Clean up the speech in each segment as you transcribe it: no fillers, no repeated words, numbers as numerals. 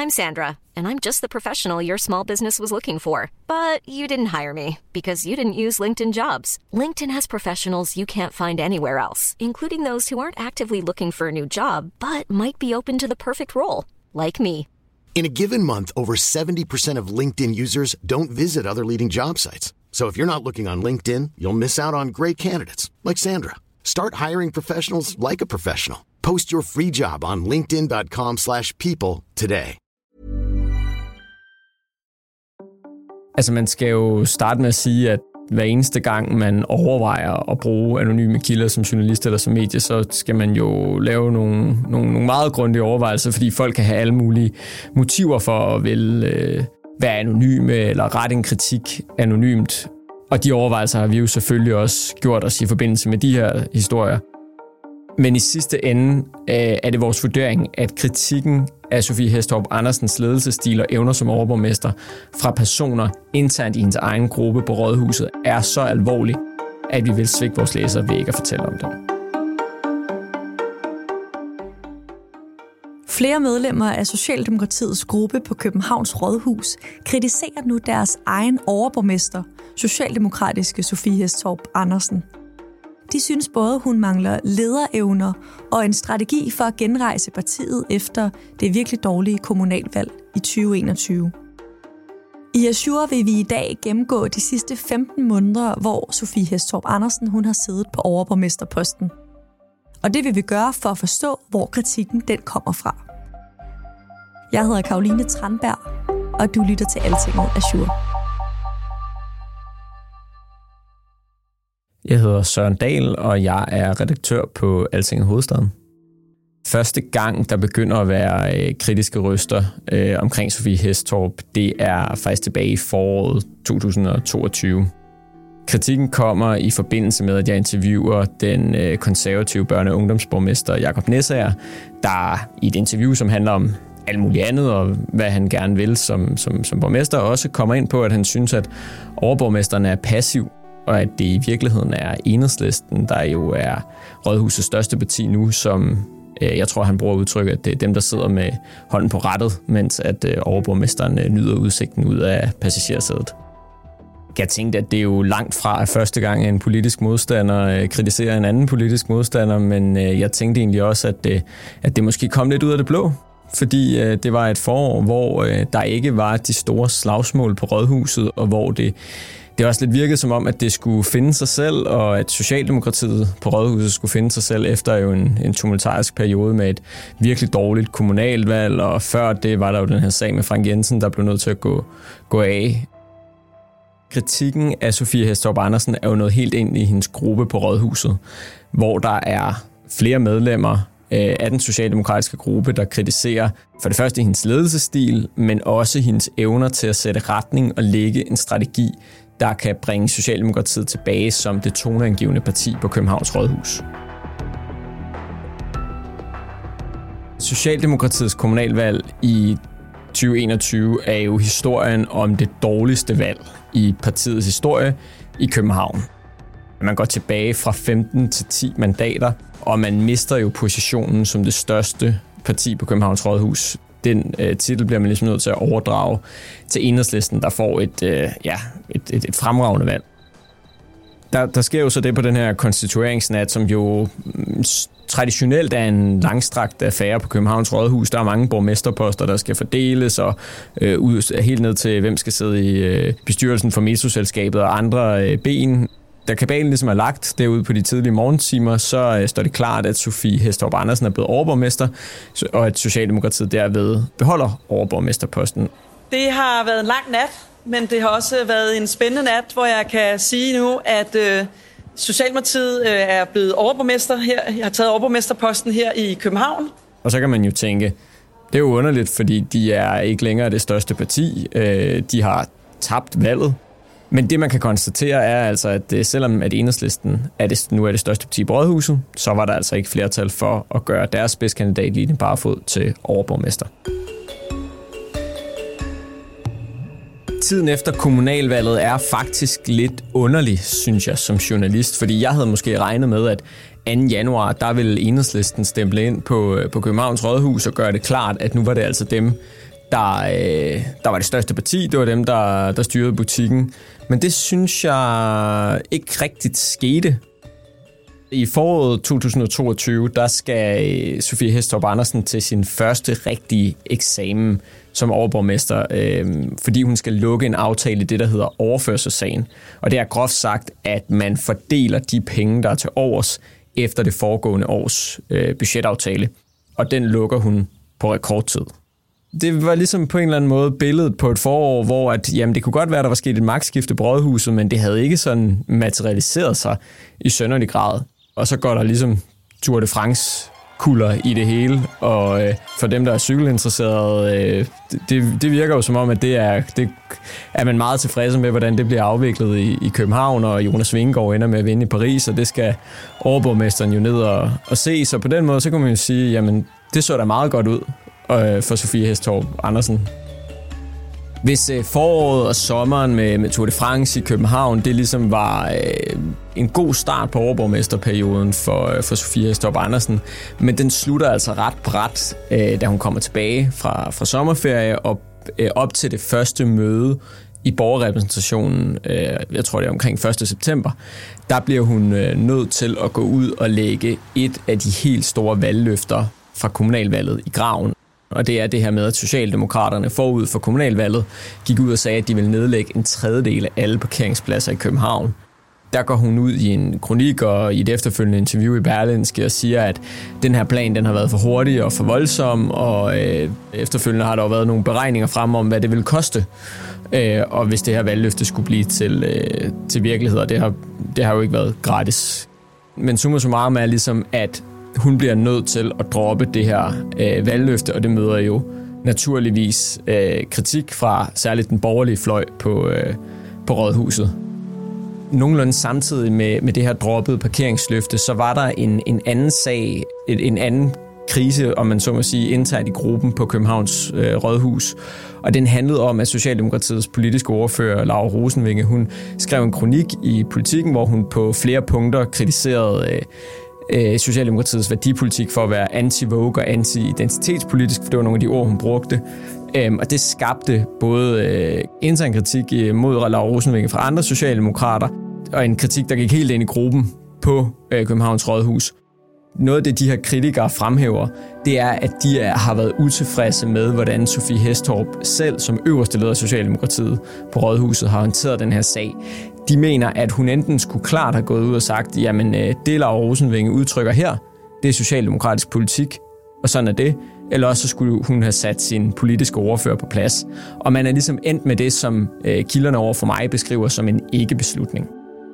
I'm Sandra, and I'm just the professional your small business was looking for. But you didn't hire me because you didn't use LinkedIn Jobs. LinkedIn has professionals you can't find anywhere else, including those who aren't actively looking for a new job, but might be open to the perfect role, like me. In a given month, over 70% of LinkedIn users don't visit other leading job sites. So if you're not looking on LinkedIn, you'll miss out on great candidates like Sandra. Start hiring professionals like a professional. Post your free job on linkedin.com/people today. Altså man skal jo starte med at sige, at hver eneste gang man overvejer at bruge anonyme kilder som journalist eller som medie, så skal man jo lave nogle meget grundige overvejelser, fordi folk kan have alle mulige motiver for at ville være anonyme eller rette en kritik anonymt. Og de overvejelser har vi jo selvfølgelig også gjort os i forbindelse med de her historier. Men i sidste ende er det vores vurdering, at kritikken af Sofie Hæstorp Andersens ledelsesstil og evner som overborgmester fra personer internt i hendes egen gruppe på Rådhuset er så alvorlig, at vi vil svigte vores læsere ved ikke at fortælle om det. Flere medlemmer af Socialdemokratiets gruppe på Københavns Rådhus kritiserer nu deres egen overborgmester, socialdemokratiske Sofie Hæstorp Andersen. De synes både, hun mangler lederevner og en strategi for at genrejse partiet efter det virkelig dårlige kommunalvalg i 2021. I Azure vil vi i dag gennemgå de sidste 15 måneder, hvor Sofie Hæstorp Andersen hun har siddet på overborgmesterposten. Og det vil vi gøre for at forstå, hvor kritikken den kommer fra. Jeg hedder Caroline Tranberg, og du lytter til Altinget Azure. Jeg hedder Søren Dahl, og jeg er redaktør på Altinget Hovedstaden. Første gang, der begynder at være kritiske røster omkring Sofie Hæstorp, det er faktisk tilbage i foråret 2022. Kritikken kommer i forbindelse med, at jeg interviewer den konservative børne- og ungdomsborgmester Jakob Næsager, der i et interview, som handler om alt muligt andet, og hvad han gerne vil som borgmester, også kommer ind på, at han synes, at overborgmesteren er passiv, og at det i virkeligheden er Enhedslisten, der jo er Rådhusets største parti nu, som jeg tror, han bruger udtrykket, at det er dem, der sidder med hånden på rattet, mens at overborgmesteren nyder udsigten ud af passagersædet. Jeg tænkte, at det er jo langt fra, at første gang en politisk modstander kritiserer en anden politisk modstander, men jeg tænkte egentlig også, at det måske kom lidt ud af det blå, fordi det var et forår, hvor der ikke var de store slagsmål på Rådhuset, og hvor det også lidt virkede som om, at det skulle finde sig selv, og at Socialdemokratiet på Rådhuset skulle finde sig selv efter jo en tumultarisk periode med et virkelig dårligt kommunalvalg, og før det var der jo den her sag med Frank Jensen, der blev nødt til at gå af. Kritikken af Sofie Hæstorp Andersen er jo noget helt ind i hendes gruppe på Rådhuset, hvor der er flere medlemmer af den socialdemokratiske gruppe, der kritiserer for det første hendes ledelsesstil, men også hendes evner til at sætte retning og lægge en strategi, der kan bringe Socialdemokratiet tilbage som det toneangivende parti på Københavns Rådhus. Socialdemokratiets kommunalvalg i 2021 er jo historien om det dårligste valg i partiets historie i København. Man går tilbage fra 15 til 10 mandater, og man mister jo positionen som det største parti på Københavns Rådhus. Den titel bliver man ligesom nødt til at overdrage til Enhedslisten, der får et fremragende valg. Der sker jo så det på den her konstitueringsnat, som jo traditionelt er en langstrakt affære på Københavns Rådhus. Der er mange borgmesterposter, der skal fordeles, og helt ned til, hvem skal sidde i bestyrelsen for Metroselskabet og andre ben. Da kabalen ligesom er lagt derude på de tidlige morgentimer, så står det klart, at Sofie Hæstorp Andersen er blevet overborgmester, og at Socialdemokratiet derved beholder overborgmesterposten. Det har været en lang nat, men det har også været en spændende nat, hvor jeg kan sige nu, at Socialdemokratiet er blevet overborgmester her. Jeg har taget overborgmesterposten her i København. Og så kan man jo tænke, det er jo underligt, fordi de er ikke længere det største parti. De har tabt valget. Men det, man kan konstatere, er altså, at selvom at Enhedslisten nu er det største parti på Rådhuset, så var der altså ikke flertal for at gøre deres spidskandidat Line Barfod til overborgmester. Tiden efter kommunalvalget er faktisk lidt underlig, synes jeg, som journalist, fordi jeg havde måske regnet med, at 2. januar, der ville Enhedslisten stemple ind på Københavns Rådhus og gøre det klart, at nu var det altså dem, der var det største parti. Det var dem, der styrede butikken. Men det synes jeg ikke rigtigt skete. I foråret 2022, der skal Sofie Hæstorp Andersen til sin første rigtige eksamen som overborgmester, fordi hun skal lukke en aftale i det, der hedder overførselssagen. Og det er groft sagt, at man fordeler de penge, der er til overs efter det foregående års budgetaftale. Og den lukker hun på rekordtid. Det var ligesom på en eller anden måde billedet på et forår, hvor det kunne godt være, at der var sket et magtskifte på Rådhuset, men det havde ikke sådan materialiseret sig i synderlig grad. Og så går der ligesom Tour de France-kulder i det hele, og for dem, der er cykelinteresserede, det virker jo som om, at det er man meget tilfredse med, hvordan det bliver afviklet i København, og Jonas Vingegaard ender med at vinde i Paris, og det skal overborgmesteren jo ned og se. Så på den måde, så kan man jo sige, jamen det så da meget godt ud for Sofie Hæstorp Andersen. Hvis foråret og sommeren med Tour de France i København, det ligesom var en god start på overborgmesterperioden for Sofie Hæstorp Andersen, men den slutter altså ret brat, da hun kommer tilbage fra sommerferie og op til det første møde i borgerrepræsentationen, jeg tror det er omkring 1. september, der bliver hun nødt til at gå ud og lægge et af de helt store valgløfter fra kommunalvalget i graven. Og det er det her med, at Socialdemokraterne forud for kommunalvalget gik ud og sagde, at de ville nedlægge 1/3 af alle parkeringspladser i København. Der går hun ud i en kronik og i et efterfølgende interview i Berlingske og siger, at den her plan den har været for hurtig og for voldsom, og efterfølgende har der jo været nogle beregninger frem om, hvad det ville koste. Og hvis det her valgløfte skulle blive til virkelighed, og det har jo ikke været gratis. Men summa summarum er ligesom, at hun bliver nødt til at droppe det her valgløfte, og det møder jo naturligvis kritik fra særligt den borgerlige fløj på Rådhuset. Nogenlunde samtidig med det her droppede parkeringsløfte, så var der en anden sag, en anden krise, om man så må sige, internt i gruppen på Københavns Rådhus. Og den handlede om, at Socialdemokratiets politiske ordfører, Laura Rosenvinge, hun skrev en kronik i Politiken, hvor hun på flere punkter kritiserede Socialdemokratiets værdipolitik for at være anti-vogue og anti-identitetspolitisk, for det var nogle af de ord, hun brugte. Og det skabte både intern kritik mod Laura Rosenvinge fra andre socialdemokrater, og en kritik, der gik helt ind i gruppen på Københavns Rådhus. Noget af det, de her kritikere fremhæver, det er, at de har været utilfredse med, hvordan Sofie Hæstorp selv som øverste leder af Socialdemokratiet på Rådhuset har håndteret den her sag. De mener, at hun enten skulle klart have gået ud og sagt, jamen det Laura Rosenvinge udtrykker her, det er socialdemokratisk politik, og sådan er det. Eller også så skulle hun have sat sin politiske ordfører på plads. Og man er ligesom endt med det, som kilderne over for mig beskriver som en ikke-beslutning.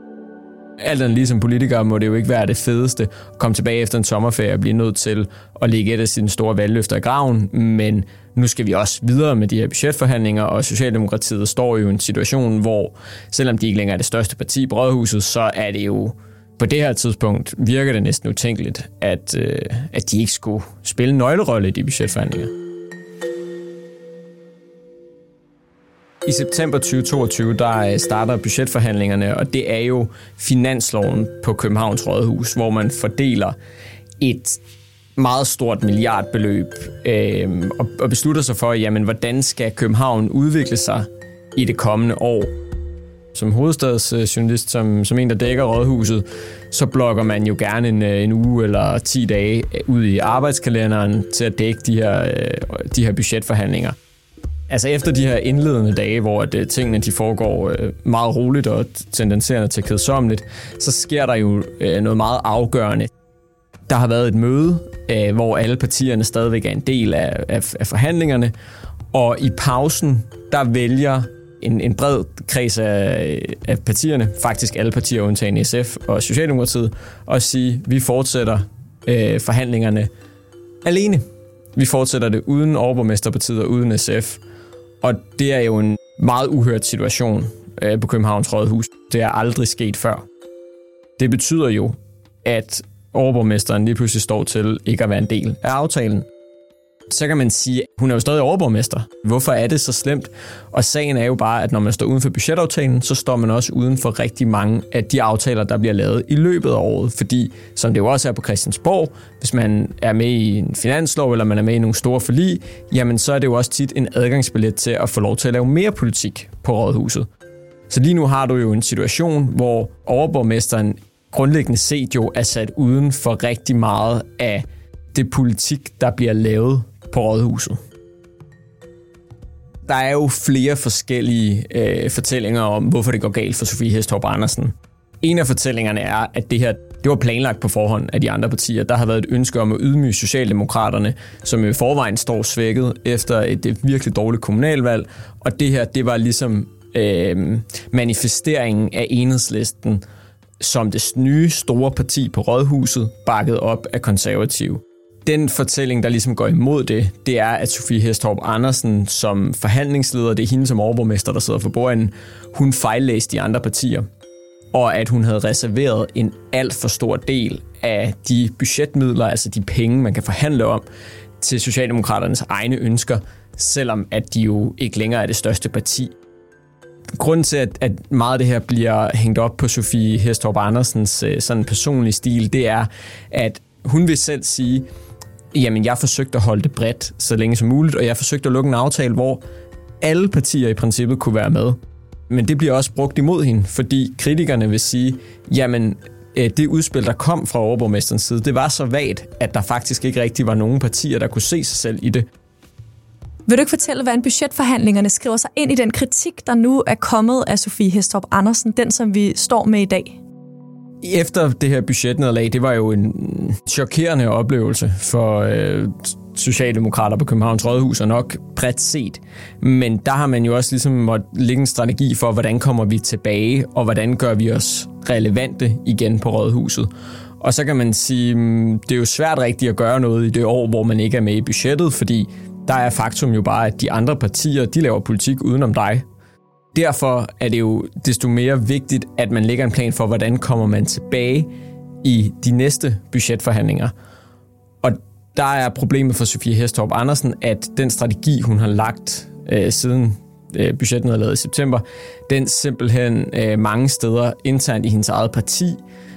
Alt andet ligesom politikere må det jo ikke være det fedeste at komme tilbage efter en sommerferie og blive nødt til at lægge et af sine store valgløfter i graven, men nu skal vi også videre med de her budgetforhandlinger, og Socialdemokratiet står jo i en situation, hvor selvom de ikke længere er det største parti på Rådhuset, så er det jo på det her tidspunkt virker det næsten utænkeligt, at de ikke skulle spille en nøglerolle i de budgetforhandlinger. I september 2022, der starter budgetforhandlingerne, og det er jo finansloven på Københavns Rådhus, hvor man fordeler et meget stort milliardbeløb og beslutter sig for, jamen, hvordan skal København udvikle sig i det kommende år. Som hovedstadsjournalist, som en, der dækker Rådhuset, så blokker man jo gerne en uge eller 10 dage ud i arbejdskalenderen til at dække de her budgetforhandlinger. Altså efter de her indledende dage, hvor tingene de foregår meget roligt og tendenserende til kedsommeligt, så sker der jo noget meget afgørende. Der har været et møde, hvor alle partierne stadigvæk er en del af forhandlingerne, og i pausen, der vælger en bred kreds af partierne, faktisk alle partier undtagen SF og Socialdemokratiet, at sige, vi fortsætter forhandlingerne alene. Vi fortsætter det uden overborgmesterpartiet og uden SF. Og det er jo en meget uhørt situation på Københavns Rådhus. Det er aldrig sket før. Det betyder jo, at overborgmesteren lige pludselig står til ikke at være en del af aftalen. Så kan man sige, at hun er jo stadig overborgmester. Hvorfor er det så slemt? Og sagen er jo bare, at når man står uden for budgetaftalen, så står man også uden for rigtig mange af de aftaler, der bliver lavet i løbet af året. Fordi, som det jo også er på Christiansborg, hvis man er med i en finanslov, eller man er med i nogle store forlig, jamen så er det jo også tit en adgangsbillet til at få lov til at lave mere politik på rådhuset. Så lige nu har du jo en situation, hvor overborgmesteren grundlæggende set jo er sat uden for rigtig meget af det politik, der bliver lavet på rådhuset. Der er jo flere forskellige fortællinger om, hvorfor det går galt for Sophie Hæstorp Andersen. En af fortællingerne er, at det her det var planlagt på forhånd af de andre partier. Der har været et ønske om at ydmyge Socialdemokraterne, som i forvejen står svækket efter et virkelig dårligt kommunalvalg. Og det her, det var ligesom manifesteringen af Enhedslisten som det nye store parti på rådhuset, bakket op af konservative. Den fortælling, der ligesom går imod det er, at Sophie Hæstorp Andersen som forhandlingsleder, det er hende som overborgmester, der sidder for bordenden, hun fejllæste de andre partier, og at hun havde reserveret en alt for stor del af de budgetmidler, altså de penge, man kan forhandle om, til Socialdemokraternes egne ønsker, selvom at de jo ikke længere er det største parti. Grunden til, at meget af det her bliver hængt op på Sophie Hæstorp Andersens sådan personlige stil, det er, at hun vil selv sige, jamen jeg forsøgte at holde det bredt så længe som muligt, og jeg forsøgte at lukke en aftale, hvor alle partier i princippet kunne være med. Men det bliver også brugt imod hende, fordi kritikerne vil sige, jamen det udspil, der kom fra overborgmesterens side, det var så vagt, at der faktisk ikke rigtig var nogen partier, der kunne se sig selv i det. Vil du ikke fortælle, hvordan budgetforhandlingerne skriver sig ind i den kritik, der nu er kommet af Sophie Hæstorp Andersen, den som vi står med i dag? Efter det her budgetnederlag, det var jo en chokerende oplevelse for socialdemokrater på Københavns Rådhus, og nok bredt set. Men der har man jo også ligesom måttet lægge en strategi for, hvordan kommer vi tilbage, og hvordan gør vi os relevante igen på Rådhuset. Og så kan man sige, det er jo svært rigtigt at gøre noget i det år, hvor man ikke er med i budgettet, fordi der er faktum jo bare, at de andre partier, de laver politik udenom dig. Derfor er det jo desto mere vigtigt, at man lægger en plan for, hvordan kommer man tilbage i de næste budgetforhandlinger. Og der er problemet for Sophie Hæstorp Andersen, at den strategi, hun har lagt siden budgetnederlaget i september, den simpelthen mange steder internt i hendes eget parti,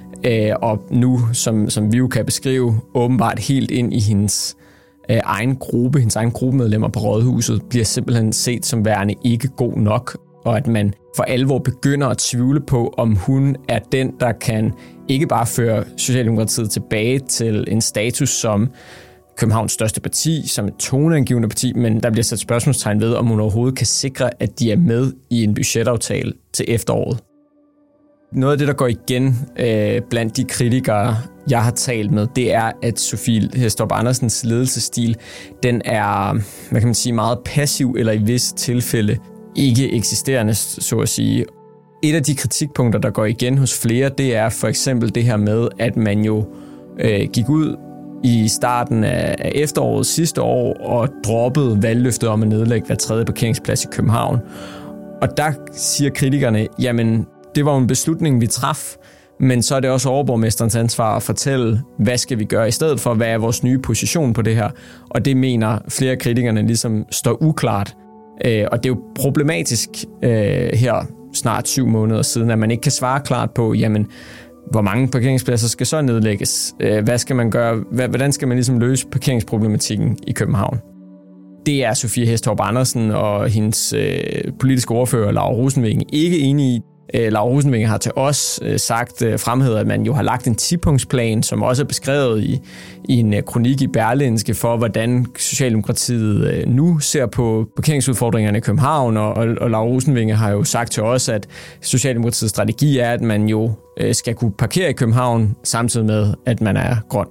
og nu, som vi jo kan beskrive, åbenbart helt ind i hendes egen gruppemedlemmer på Rådhuset, bliver simpelthen set som værende ikke god nok, og at man for alvor begynder at tvivle på, om hun er den, der kan ikke bare føre Socialdemokratiet tilbage til en status som Københavns største parti, som et toneangivende parti, men der bliver sat spørgsmålstegn ved, om hun overhovedet kan sikre, at de er med i en budgetaftale til efteråret. Noget af det, der går igen blandt de kritikere, jeg har talt med, det er, at Sophie Hæstorp Andersens ledelsesstil, den er, hvad kan man sige, meget passiv, eller i visse tilfælde ikke eksisterende, så at sige. Et af de kritikpunkter, der går igen hos flere, det er for eksempel det her med, at man jo gik ud i starten af efteråret sidste år og droppede valgløftet om at nedlægge hver tredje parkeringsplads i København. Og der siger kritikerne, jamen det var jo en beslutning, vi traf, men så er det også overborgmesterens ansvar at fortælle, hvad skal vi gøre i stedet for, hvad er vores nye position på det her. Og det mener flere af kritikerne ligesom står uklart. Og det er jo problematisk her snart 7 måneder siden, at man ikke kan svare klart på, jamen, hvor mange parkeringspladser skal så nedlægges? Hvad skal man gøre? Hvordan skal man ligesom løse parkeringsproblematikken i København? Det er Sophie Hæstorp Andersen og hendes politiske ordfører, Laura Rosenvinge, ikke enige i. Laura Rosenvinge har til os fremhævet, at man jo har lagt en 10-punktsplan, som også er beskrevet i en kronik i Berlingske for, hvordan Socialdemokratiet nu ser på parkeringsudfordringerne i København, og Laura Rosenvinge har jo sagt til os, at Socialdemokratiets strategi er, at man jo skal kunne parkere i København, samtidig med, at man er grøn.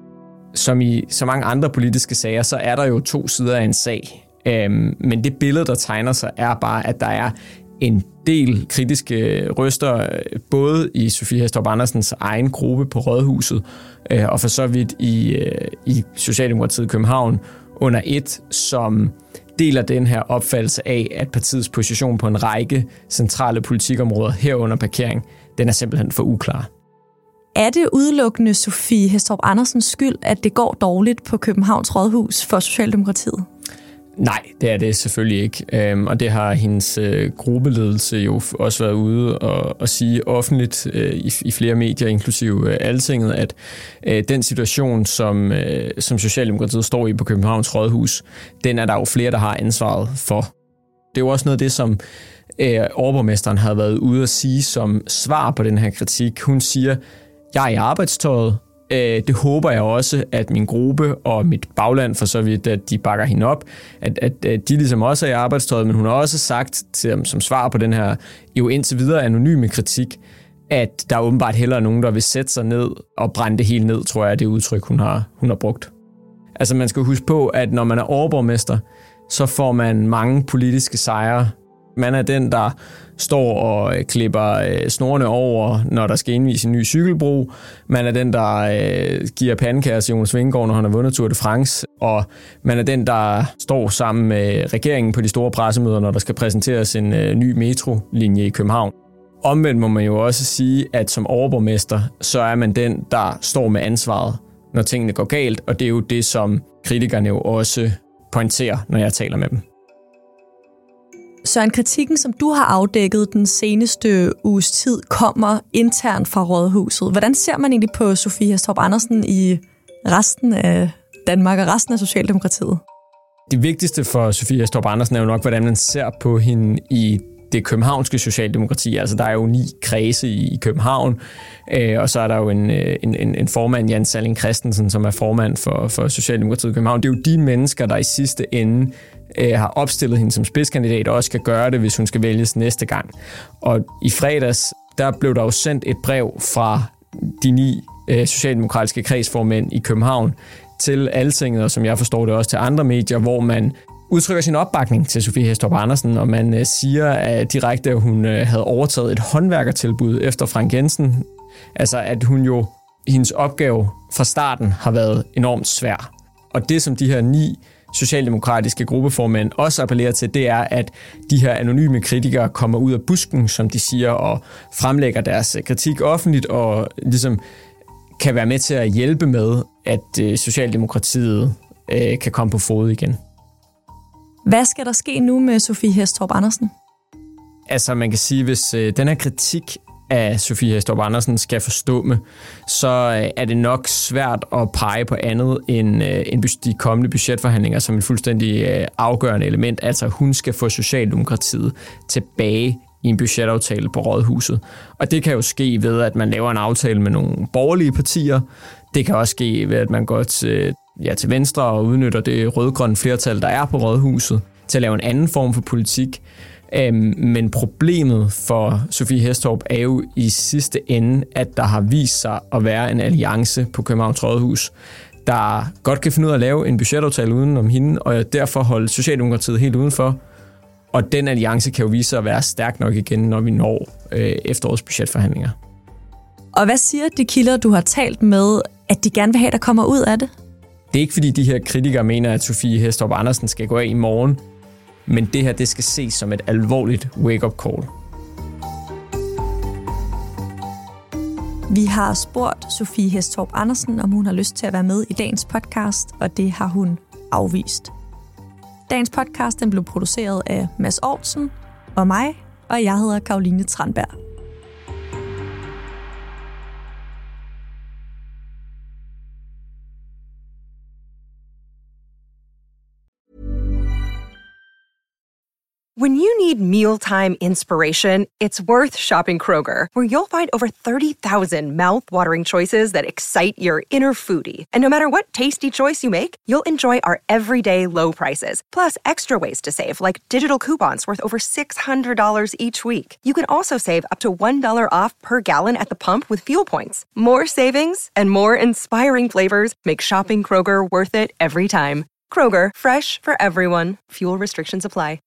Som i så mange andre politiske sager, så er der jo 2 sider af en sag. Men det billede, der tegner sig, er bare, at der er en del kritiske røster, både i Sophie Hæstorp Andersens egen gruppe på Rådhuset, og for så vidt i Socialdemokratiet i København under et, som deler den her opfattelse af, at partiets position på en række centrale politikområder herunder parkering, den er simpelthen for uklar. Er det udelukkende Sophie Hæstorp Andersens skyld, at det går dårligt på Københavns Rådhus for Socialdemokratiet? Nej, det er det selvfølgelig ikke. Og det har hendes gruppeledelse jo også været ude og sige offentligt i flere medier, inklusive Altinget, at den situation, som Socialdemokratiet står i på Københavns Rådhus, den er der jo flere, der har ansvaret for. Det er jo også noget af det, som overborgmesteren havde været ude at sige som svar på den her kritik. Hun siger, jeg er i arbejdstøjet. Det håber jeg også, at min gruppe og mit bagland, for så vidt, at de bakker hende op, at de ligesom også er i arbejdstøjet, men hun har også sagt til dem som svar på den her jo indtil videre anonyme kritik, at der er åbenbart hellere nogen, der vil sætte sig ned og brænde det hele ned, tror jeg, er det udtryk, hun har brugt. Altså man skal huske på, at når man er overborgmester, så får man mange politiske sejre. Man er den, der står og klipper snorene over, når der skal indvise en ny cykelbro. Man er den, der giver pandekager til Jonas Vingegaard, når han har vundet Tour de France. Og man er den, der står sammen med regeringen på de store pressemøder, når der skal præsenteres en ny metrolinje i København. Omvendt må man jo også sige, at som overborgmester, så er man den, der står med ansvaret, når tingene går galt. Og det er jo det, som kritikerne jo også pointerer, når jeg taler med dem. Søren, kritikken, som du har afdækket den seneste uges tid, kommer internt fra Rådhuset. Hvordan ser man egentlig på Sophie Hæstorp Andersen i resten af Danmark og resten af Socialdemokratiet? Det vigtigste for Sophie Hæstorp Andersen er jo nok, hvordan man ser på hende i det københavnske socialdemokrati. Altså, der er jo 9 kredse i København, og så er der jo en formand, Jan Salling Christensen, som er formand for Socialdemokratiet i København. Det er jo de mennesker, der i sidste ende har opstillet hende som spidskandidat, og også skal gøre det, hvis hun skal vælges næste gang. Og i fredags, der blev der jo sendt et brev fra de 9 socialdemokratiske kredsformænd i København til Altinget, og som jeg forstår det også til andre medier, hvor man udtrykker sin opbakning til Sophie Hæstorp Andersen, og man siger direkte, at hun havde overtaget et håndværkertilbud efter Frank Jensen. Altså, at hendes opgave fra starten har været enormt svær. Og det, som de her 9 socialdemokratiske gruppeformænd også appellerer til, det er, at de her anonyme kritikere kommer ud af busken, som de siger, og fremlægger deres kritik offentligt, og ligesom kan være med til at hjælpe med, at Socialdemokratiet kan komme på fod igen. Hvad skal der ske nu med Sophie Hæstorp Andersen? Altså, man kan sige, hvis den her kritik af Sophie Hæstorp Andersen skal forstumme, så er det nok svært at pege på andet end de kommende budgetforhandlinger som et fuldstændig afgørende element. Altså, hun skal få Socialdemokratiet tilbage i en budgetaftale på Rådhuset. Og det kan jo ske ved, at man laver en aftale med nogle borgerlige partier. Det kan også ske ved, at man går til venstre og udnytter det rødgrønne flertal, der er på Rådhuset, til at lave en anden form for politik. Men problemet for Sophie Hæstorp er jo i sidste ende, at der har vist sig at være en alliance på Københavns Rådhus, der godt kan finde ud af at lave en budgetaftale uden om hende, og derfor holde Socialdemokratiet helt udenfor. Og den alliance kan jo vise sig at være stærk nok igen, når vi når efterårets budgetforhandlinger. Og hvad siger de kilder, du har talt med, at de gerne vil have, der kommer ud af det? Det er ikke, fordi de her kritikere mener, at Sophie Hæstorp Andersen skal gå af i morgen, men det her, det skal ses som et alvorligt wake-up call. Vi har spurgt Sophie Hæstorp Andersen, om hun har lyst til at være med i dagens podcast, og det har hun afvist. Dagens podcast den blev produceret af Mads Aarhusen og mig, og jeg hedder Caroline Tranberg. When you need mealtime inspiration, it's worth shopping Kroger, where you'll find over 30,000 mouth-watering choices that excite your inner foodie. And no matter what tasty choice you make, you'll enjoy our everyday low prices, plus extra ways to save, like digital coupons worth over $600 each week. You can also save up to $1 off per gallon at the pump with fuel points. More savings and more inspiring flavors make shopping Kroger worth it every time. Kroger, fresh for everyone. Fuel restrictions apply.